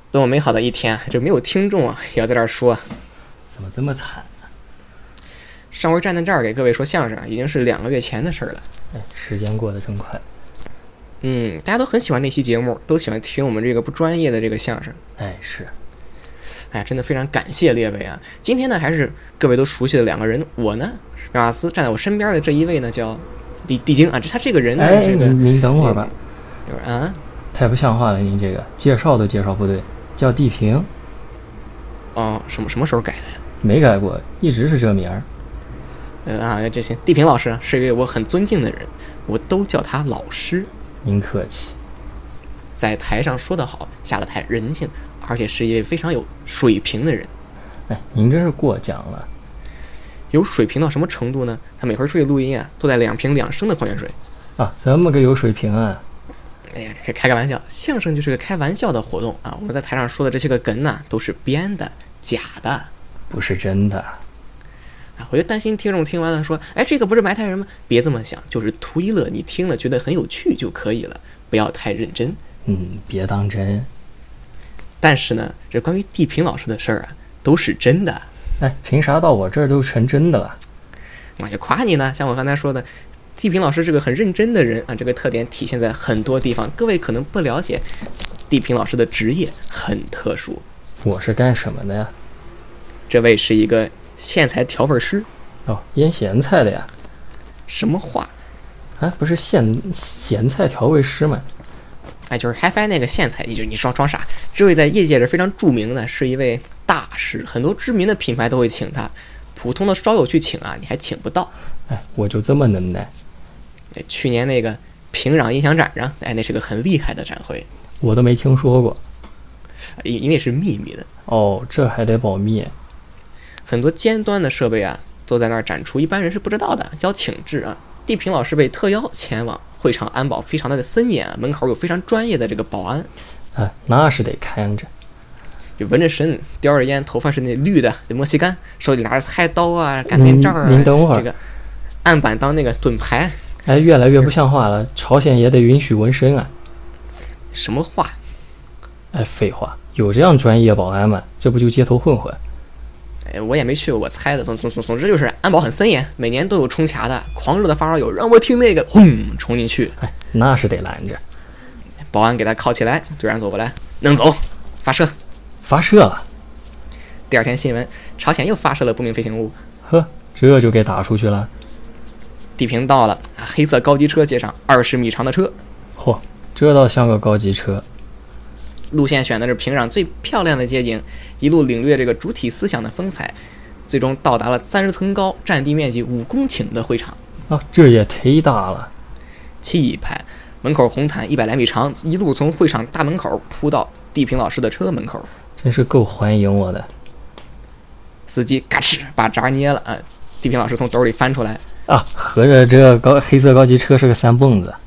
多么美好的一天，这没有听众啊，也要在这儿说。 怎么这么惨啊？ 上回站在这儿给各位说相声，已经是2个月前的事儿了。 时间过得真快。 大家都很喜欢那期节目，都喜欢听我们这个不专业的这个相声。 是。 真的非常感谢列位啊！今天呢，还是各位都熟悉的2个人，我呢，妙瓦斯，站在我身边的这一位呢，叫地精啊。他这个人呢，这个您等会儿吧。 太不像话了，您这个介绍都介绍不对，叫地平。 哦，什么时候改的呀？ 没改过，一直是这名儿。 这行，地平老师是一位我很尊敬的人，我都叫他老师。 您客气。 在台上说得好，下了台人性，而且是一位非常有水平的人。 您真是过奖了。 有水平到什么程度呢？他每回出去录音啊，都带2瓶2升的矿泉水。 这么个有水平啊！ 开个玩笑，相声就是个开玩笑的活动啊。我们在台上说的这些个梗呢，都是编的、假的， 不是真的。 我就担心听众听完了说，这个不是埋汰人吗？别这么想，就是图一乐，你听了觉得很有趣就可以了，不要太认真。 别当真。 但是呢，这关于地平老师的事儿啊，都是真的。 凭啥到我这儿都成真的了？ 我就夸你呢，像我刚才说的，地平老师是个很认真的人啊，这个特点体现在很多地方。各位可能不了解，地平老师的职业很特殊。 我是干什么的呀？ 这位是一个苋菜调味师。 腌咸菜的呀？ 什么话？ 不是咸菜调味师吗？ 就是 HiFi 那个苋菜，你装傻。这位在业界是非常著名的，是一位大师，很多知名的品牌都会请他，普通的烧友去请啊，你还请不到。 我就这么能耐。 去年那个平壤音响展上，那是个很厉害的展会， 我都没听说过， 因为是秘密的。 这还得保密。 很多尖端的设备啊，都在那儿展出，一般人是不知道的，邀请制啊。地平老师被特邀前往会场，安保非常的森严，门口有非常专业的这个保安。 那是得看着。 就纹着身，叼着烟，头发是那绿的墨西干，手里拿着菜刀啊、擀面杖啊。 您等会儿， 这个案板当那个盾牌。 越来越不像话了，朝鲜也得允许纹身啊。 什么话？ 废话，有这样专业保安吗？这不就街头混混？ 我也没去过，我猜的。总之就是安保很森严，每年都有冲卡的，狂热的发烧友让我听那个，轰冲进去。 那是得拦着。 保安给他铐起来，队长走过来，弄走，发射。 发射了。 第2天新闻，朝鲜又发射了不明飞行物。 这就给打出去了。 地平到了，黑色高级车接上20米长的车。 这倒像个高级车。 路线选的是平壤最漂亮的街景，一路领略这个主体思想的风采，最终到达了30层高、占地面积5公顷的会场。 这也忒大了。 气派，门口红毯100来米长，一路从会场大门口铺到地平老师的车门口， 真是够欢迎我的。 司机嘎吱把闸捏了，地平老师从兜里翻出来。 合着这黑色高级车是个3蹦子。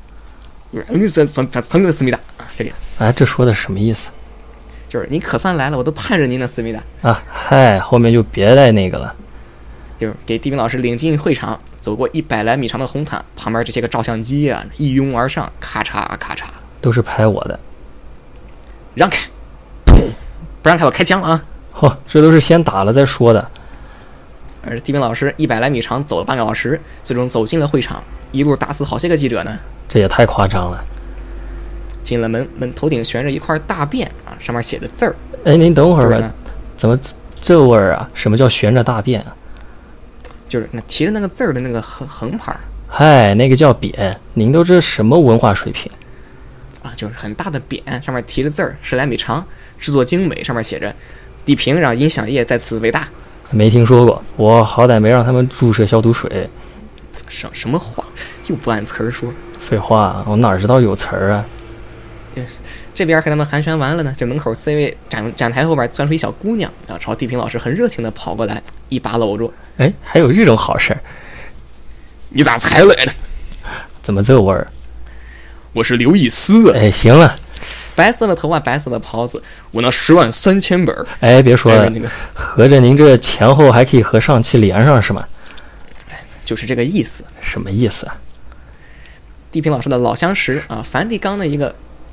思密达这个这说的什么意思？ 就是你可算来了，我都盼着您的思密达后面就别带那个了。 就是给地平老师领进会场，走过100来米长的红毯，旁边这些个照相机啊一拥而上，咔嚓咔嚓， 都是拍我的。 让开，砰！不让开我开枪啊！ 这都是先打了再说的。 而地平老师100来米长走了半个小时，最终走进了会场，一路打死好些个记者呢。 这也太夸张了。 进了门头顶悬着一块大便上面写着字儿。 您等会儿吧，怎么这味儿啊？什么叫悬着大便啊？ 就是那提着那个字儿的那个横牌。 那个叫匾。您都这什么文化水平就是很大的匾，上面提着字儿，10来米长，制作精美，上面写着地平让音响业在此伟大。 没听说过，我好歹没让他们注射消毒水。 什么话？又不按词儿说。 废话，我哪知道有词儿啊？ 这边和他们寒暄完了呢，这门口 C 位展台后边钻出一小姑娘，朝地平老师很热情的跑过来，一把搂住。 还有这种好事儿？ 你咋才来的？ 怎么这味儿？ 我是刘易斯啊。 行了。 白色的头发，白色的袍子，我那103000本。 别说了，合着您这前后还可以和上期连上是吗？ 就是这个意思。 什么意思啊？ 地平老师的老相识梵蒂冈的一个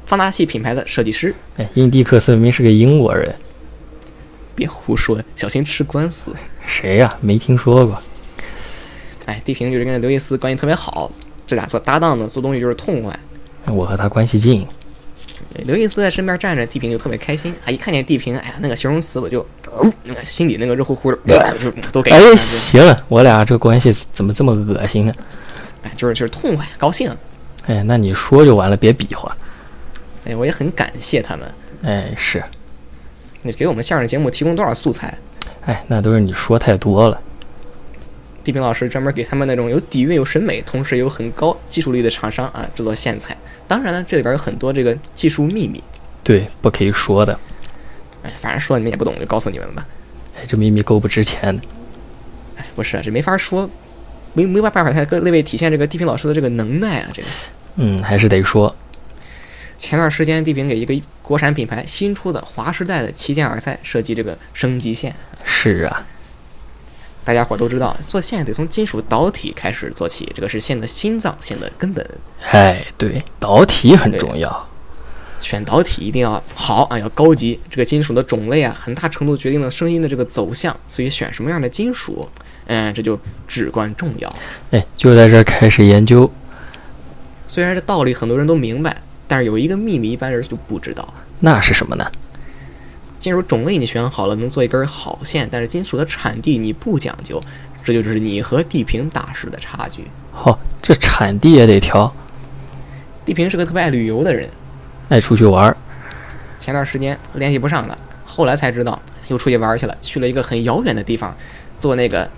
放大器品牌的设计师。 哎，印第克斯明明是个英国人。 别胡说，小心吃官司。 谁呀？没听说过。 哎，地平就是跟刘易斯关系特别好，这俩做搭档呢，做东西就是痛快。 我和他关系近。 刘易斯在身边站着，地平就特别开心啊！一看见地平，哎呀，那个形容词我就，心里那个热乎乎的，都给。 哎，行了，我俩这关系怎么这么恶心呢？ 哎，就是痛快高兴。 哎，那你说就完了，别比划。 哎，我也很感谢他们。 哎，是。 你给我们相声节目提供多少素材？ 哎，那都是你说太多了。 地平老师专门给他们那种有底蕴、有审美，同时有很高技术力的厂商啊制作线材。当然了，这里边有很多这个技术秘密， 对，不可以说的。 哎，反正说你们也不懂，就告诉你们吧。 哎，这秘密够不值钱的。 哎，不是，这没法说，没办法太各位体现这个地平老师的这个能耐啊，这个。 还是得说。 前段时间，地平给一个国产品牌新出的华时代的旗舰耳塞设计这个升级线。 是啊。 大家伙都知道，做线得从金属导体开始做起，这个是线的心脏，线的根本。 哎，对，导体很重要。 选导体一定要好啊，要高级。这个金属的种类啊，很大程度决定了声音的这个走向，所以选什么样的金属，这就至关重要。 哎，就在这儿开始研究。 虽然这道理很多人都明白，但是有一个秘密，一般人就不知道。 那是什么呢？ 金属种类你选好了，能做一根好线，但是金属的产地你不讲究，这就是你和地平大师的差距。 这产地也得挑。 地平是个特别爱旅游的人， 爱出去玩。 前段时间联系不上了，后来才知道又出去玩去了，去了一个很遥远的地方，做那个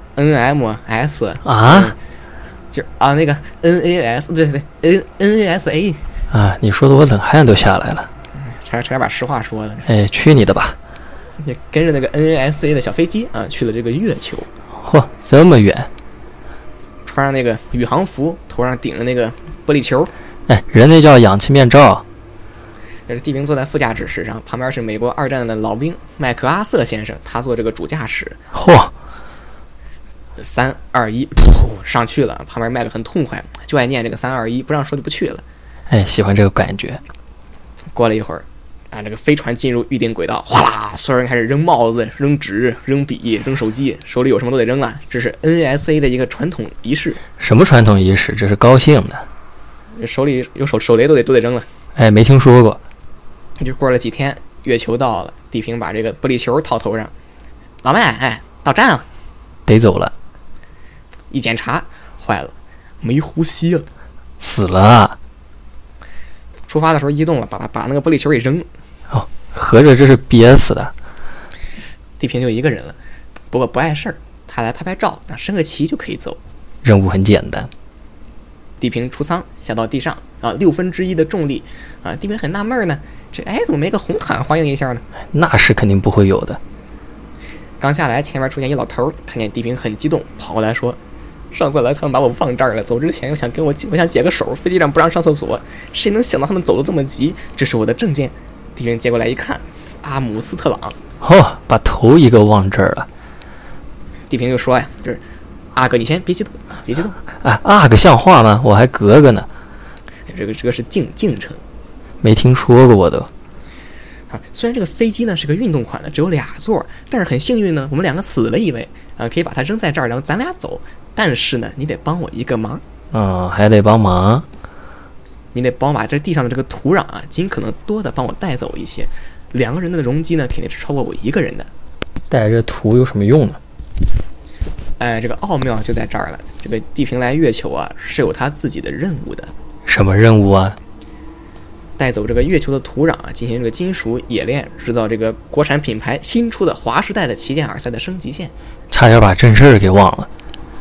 NMS 啊， 那个 NAS， 对 NASA 啊，你说的我冷汗都下来了。 差点把实话说了。 哎，去你的吧！ 跟着那个 NASA 的小飞机啊，去了这个月球。 这么远！ 穿上那个宇航服，头上顶着那个玻璃球。 哎，人那叫氧气面罩。 这是地平坐在副驾驶室上，旁边是美国2战的老兵麦克阿瑟先生，他坐这个主驾驶。3、2、1，上去了。旁边麦克很痛快，就爱念这个3、2、1，不让说就不去了。 哎，喜欢这个感觉。 过了一会儿。这个飞船进入预定轨道，哗啦，所有人开始扔帽子、扔纸、扔笔、扔手机，手里有什么都得扔了。这是 NASA 的一个传统仪式。 什么传统仪式？这是高兴的。 手里有手雷都得扔了。 哎，没听说过。 就过了几天，月球到了，地平把这个玻璃球套头上，老麦，到站了， 得走了。 一检查，坏了，没呼吸了， 死了啊！ 出发的时候移动了，把那个玻璃球给扔了。 合着这是憋死的。 地平就一个人了，不过不碍事儿，他来拍拍照，升个旗就可以走。 任务很简单。 地平出舱下到地上，1/6的重力啊！地平很纳闷呢，怎么没个红毯欢迎一下呢？ 那是肯定不会有的。 刚下来，前面出现一老头，看见地平很激动，跑过来说：“上次来他们把我忘这儿了，走之前我想解个手，飞机上不让上厕所，谁能想到他们走得这么急？这是我的证件。”地平接过来一看，阿姆斯特朗。 把头一个忘这儿了。 地平就说呀：“这是阿哥，你先别激动啊，别激动。 阿哥像话吗？我还格格呢。 这个是敬称， 没听说过我都。 虽然这个飞机呢是个运动款的，只有2座，但是很幸运呢，我们2个死了一位可以把它扔在这儿，然后咱俩走。但是呢，你得帮我一个忙。 还得帮忙。 你得帮我把这地上的这个土壤尽可能多的帮我带走一些。2个人的容积呢，肯定是超过我1个人的。 带着土有什么用呢？ 这个奥妙就在这儿了。这个地平来月球是有他自己的任务的。 什么任务啊？ 带走这个月球的土壤进行这个金属冶炼，制造这个国产品牌新出的华时代的旗舰耳塞的升级线。 差点把正事儿给忘了。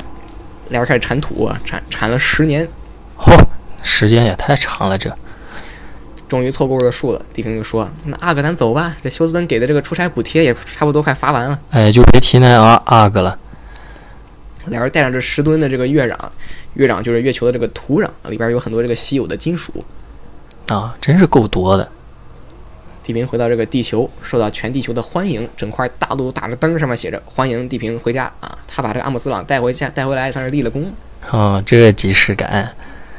2人开始铲土铲了10年。 时间也太长了，这终于凑够了数了。地平就说：“那阿哥，咱走吧，这休斯顿给的这个出差补贴也差不多快发完了。” 就别提那阿哥了。 2人带上这10吨的这个月壤就是月球的这个土壤，里边有很多这个稀有的金属真是够多的。 地平回到这个地球，受到全地球的欢迎，整块大陆打着灯，上面写着欢迎地平回家他把这个阿姆斯朗带回来，算是立了功。 这个即视感。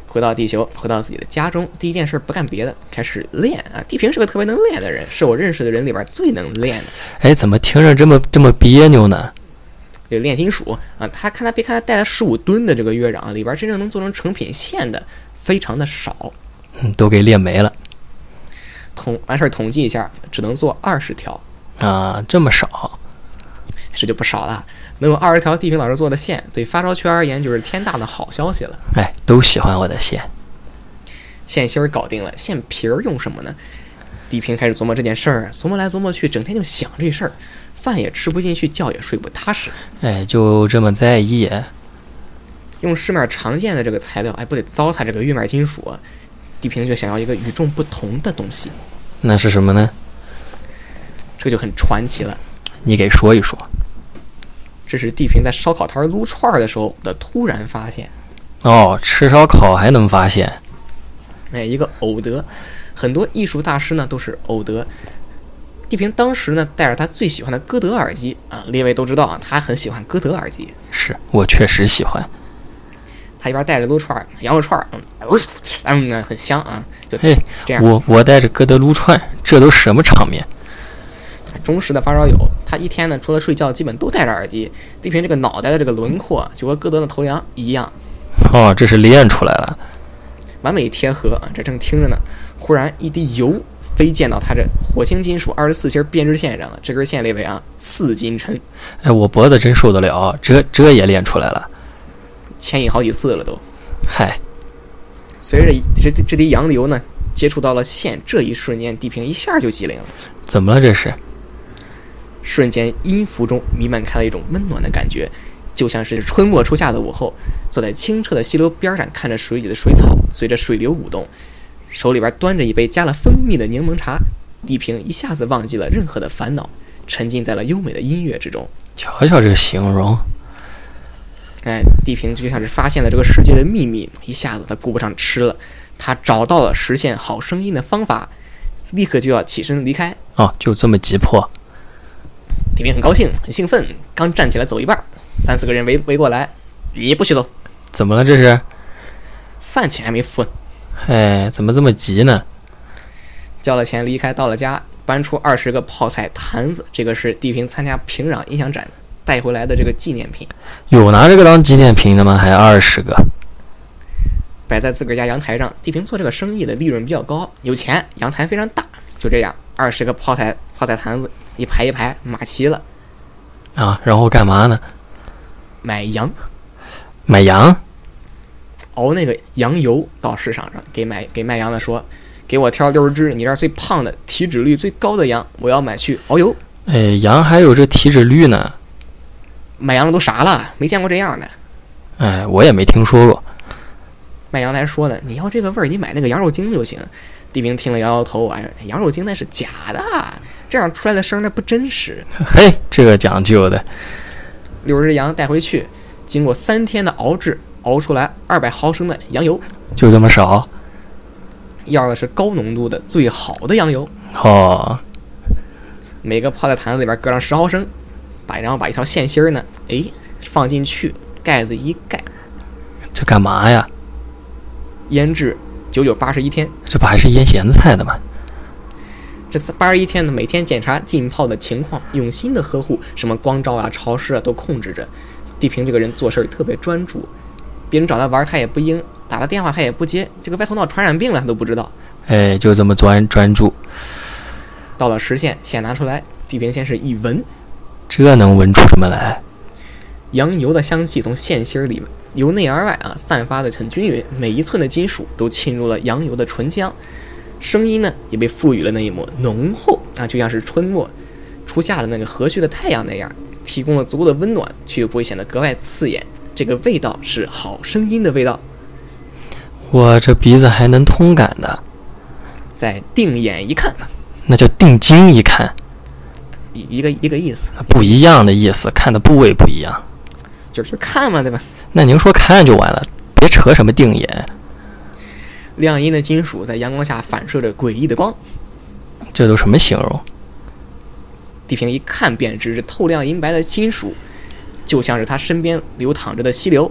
回到地球，回到自己的家中，第一件事不干别的，开始练啊。地平是个特别能练的人，是我认识的人里边最能练的。 哎，怎么听着这么别扭呢？ 这炼金属啊，别看他带了15吨的这个乐章，里边真正能做成成品线的非常的少， 都给练没了。 完事儿统计一下，只能做20条啊，这么少， 这就不少了。能有20条地平老师做的线，对发烧圈而言就是天大的好消息了。 哎，都喜欢我的线。 线芯儿搞定了，线皮儿用什么呢？地平开始琢磨这件事儿，琢磨来琢磨去，整天就想这事儿，饭也吃不进去，觉也睡不踏实。 哎，就这么在意。 用市面常见的这个材料，不得糟蹋这个玉面金属啊。地平就想要一个与众不同的东西。 那是什么呢？ 这就很传奇了。 你给说一说。 这是地平在烧烤摊撸串的时候的突然发现。 哦，吃烧烤还能发现？ 一个偶得。很多艺术大师呢都是偶得。地平当时呢带着他最喜欢的歌德耳机啊，列位都知道啊，他很喜欢歌德耳机。 是我确实喜欢。 他一边带着撸串，羊肉串，很香啊。就这样。我带着歌德撸串，这都什么场面？ 忠实的发烧友，他一天呢除了睡觉，基本都戴着耳机。地平这个脑袋的这个轮廓，就和歌德的头梁一样。 哦，这是练出来了， 完美贴合啊！这正听着呢，忽然一滴油飞溅到他这火星金属24芯编织线上了。这根线列为4斤沉。 哎，我脖子真受得了，这也练出来了， 牵引好几次了都。 嗨， 随着这滴洋流呢接触到了线，这一瞬间，地平一下就机灵了。 怎么了这是？ 瞬间音符中弥漫开了一种温暖的感觉，就像是春末初夏的午后，坐在清澈的溪流边上，看着水里的水草随着水流舞动，手里边端着一杯加了蜂蜜的柠檬茶。地平一下子忘记了任何的烦恼，沉浸在了优美的音乐之中。 瞧瞧这个形容。 地平就像是发现了这个世界的秘密，一下子他顾不上吃了，他找到了实现好声音的方法，立刻就要起身离开。 哦，就这么急迫。 地平很高兴，很兴奋，刚站起来走一半，3-4个人围过来，你不许走。 怎么了这是？ 饭钱还没付。 哎，怎么这么急呢？ 交了钱离开，到了家，搬出20个泡菜坛子，这个是地平参加平壤音响展带回来的这个纪念品。 有拿这个当纪念品的吗？还20个？ 摆在自个儿家阳台上。地平做这个生意的利润比较高，有钱，阳台非常大，就这样，20个泡菜坛子一排一排码齐了。 啊，然后干嘛呢？ 买羊。 买羊？ 熬那个羊油到市场上，给卖羊的说，给我挑60只你这儿最胖的、体脂率最高的羊，我要买去熬油。 哎，羊还有这体脂率呢？ 卖羊的都傻了，没见过这样的。 哎，我也没听说过。 卖羊的还说呢，你要这个味儿，你买那个羊肉精就行。地平听了摇摇头，羊肉精那是假的，这样出来的声那不真实。 嘿，这个讲究的。 60只羊带回去，经过3天的熬制，熬出来200毫升的羊油。 就这么少？ 要的是高浓度的最好的羊油。 哦。 每个泡在坛子里边搁上10毫升，然后把一条线芯呢，放进去，盖子一盖。 这干嘛呀？ 腌制981天。 这不还是腌咸菜的吗？ 这81天呢，每天检查浸泡的情况，用心的呵护，什么光照啊、潮湿啊都控制着。地平这个人做事特别专注，别人找他玩他也不应，打了电话他也不接，这个外头闹传染病了他都不知道。 哎，就这么专注。 到了实线，线拿出来，地平先是一闻， 这能闻出什么来？ 羊油的香气从线芯里由内而外散发的很均匀，每一寸的金属都浸入了羊油的醇香，声音呢也被赋予了那一抹浓厚就像是春末初夏的那个和煦的太阳那样，提供了足够的温暖，却又不会显得格外刺眼。这个味道是好声音的味道。 我这鼻子还能通感的。 再定眼一看， 那叫定睛一看， 一个意思， 不一样的意思，看的部位不一样。 就是看嘛，对吧？ 那您说看就完了，别扯什么定眼。 亮阴的金属在阳光下反射着诡异的光。 这都什么形容？ 地平一看便知，这透亮银白的金属就像是他身边流淌着的溪流，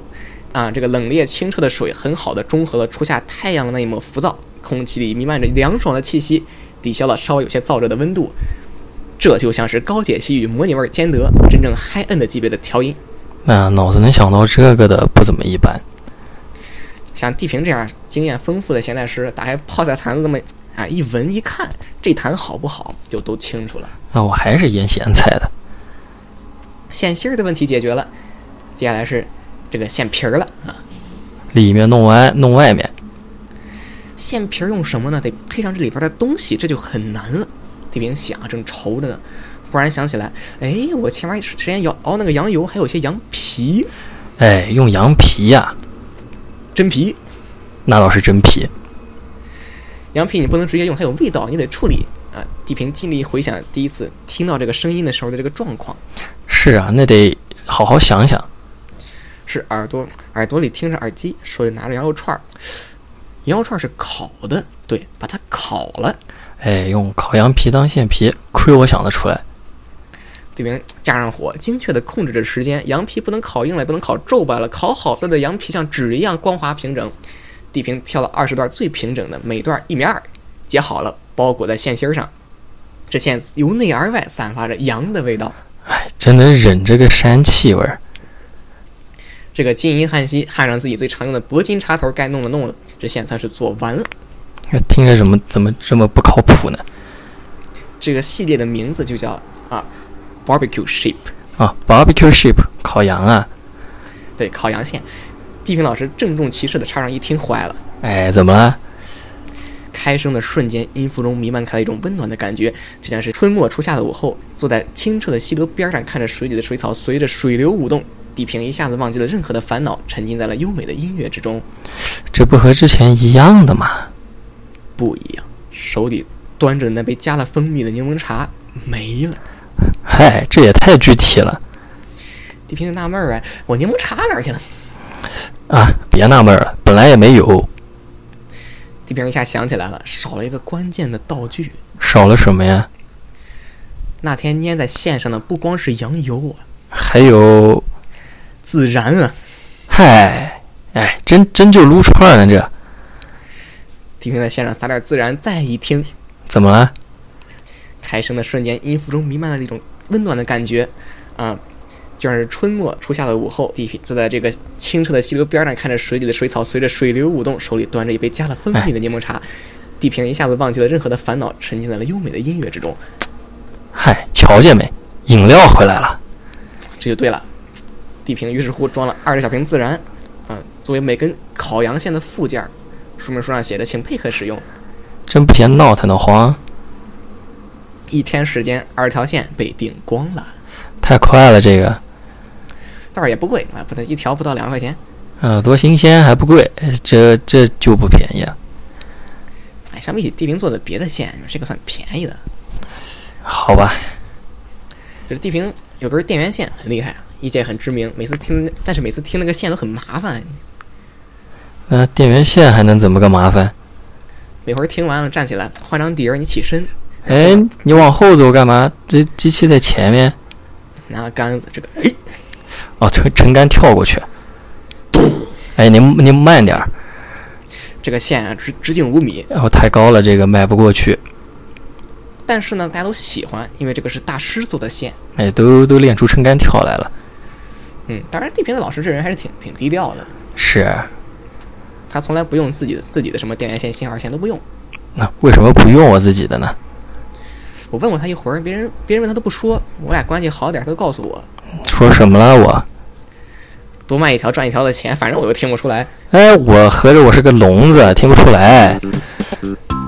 这个冷冽清澈的水很好的中和了初夏太阳的那一抹浮躁，空气里弥漫着凉爽的气息，抵消了稍微有些燥热的温度。这就像是高解析与模拟味兼得，真正嗨摁的级别的调音。 那脑子能想到这个的不怎么一般。 像地平这样经验丰富的现代师，打开泡菜坛子这么一闻一看，这坛好不好就都清楚了。 那我还是腌咸菜的。 馅芯儿的问题解决了，接下来是这个馅皮儿了里面弄完弄外面。 馅皮儿用什么呢？得配上这里边的东西，这就很难了。地平想正愁着呢，忽然想起来，我前面之前熬那个羊油还有些羊皮。 用羊皮呀。 真皮。 那倒是真皮。 羊皮你不能直接用，它有味道，你得处理地平尽力回想第一次听到这个声音的时候的这个状况。 是啊，那得好好想想。 是耳朵里听着耳机，手里拿着羊肉串，羊肉串是烤的，对，把它烤了。 用烤羊皮当馅皮，亏我想得出来。 地平加上火，精确地控制着时间，羊皮不能烤硬了，不能烤皱巴了，烤好了的羊皮像纸一样光滑平整。地平挑了20段最平整的，每段1.2米，结好了，包裹在馅芯上。这馅由内而外散发着羊的味道。 真能忍这个膻气味。 这个金银焊锡焊上自己最常用的铂金插头，该弄的弄了，这馅算是做完了。 听着怎么这么不靠谱呢？ 这个系列的名字就叫barbecue sheep barbecue sheep 烤羊啊。 对，烤羊馅。地平老师郑重其事的插上一听坏了。 怎么了？ 开声的瞬间，音符中弥漫开了一种温暖的感觉，就像是春末初夏的午后，坐在清澈的溪流边上，看着水里的水草随着水流舞动。地平一下子忘记了任何的烦恼，沉浸在了优美的音乐之中。 这不和之前一样的吗？ 不一样，手里端着那杯加了蜂蜜的柠檬茶没了。 这也太具体了。 地平就纳闷儿我柠檬茶哪儿去了？ 别纳闷了，本来也没有。 地平一下想起来了，少了一个关键的道具。 少了什么呀？ 那天粘在线上的不光是羊油还有孜然啊。 真就撸串呢这。 地平在线上撒点孜然，再一听， 怎么了？ 开声的瞬间，音符中弥漫了一种温暖的感觉就像是春末初夏的午后，地平坐在这个清澈的溪流边上，看着水里的水草随着水流舞动，手里端着一杯加了蜂蜜的柠檬茶。地平一下子忘记了任何的烦恼，沉浸在了优美的音乐之中。 瞧见没？饮料回来了。 这就对了。地平于是乎装了20小瓶孜然作为每根烤羊馅的附件，说明书上写着请配合使用。 真不嫌闹腾的慌。 1天时间，20条馅被订光了。 太快了这个。 倒是也不贵一条不到2块钱。 多新鲜还不贵，这就不便宜了。 相比起地平做的别的馅，这个算便宜的。 好吧。 这地平有根电源线很厉害，一界很知名，但是每次听那个线都很麻烦。 电源线还能怎么个麻烦？ 每回听完了站起来换张底儿，你起身。 你往后走干嘛？这机器在前面。 拿个杆子，这个撑杆跳过去。你慢点。 这个线直径5米， 太高了，这个迈不过去。 但是呢，大家都喜欢，因为这个是大师做的线。 都练出撑杆跳来了。 当然地平的老师这人还是挺低调的。 是。 他从来不用自己的什么电源线、信号线都不用。 那为什么不用我自己的呢？ 我问过他一会儿，别人问他都不说，我俩关系好点，他都告诉我。 说什么了我？ 多卖一条赚一条的钱，反正我又听不出来。 我合着我是个聋子，听不出来。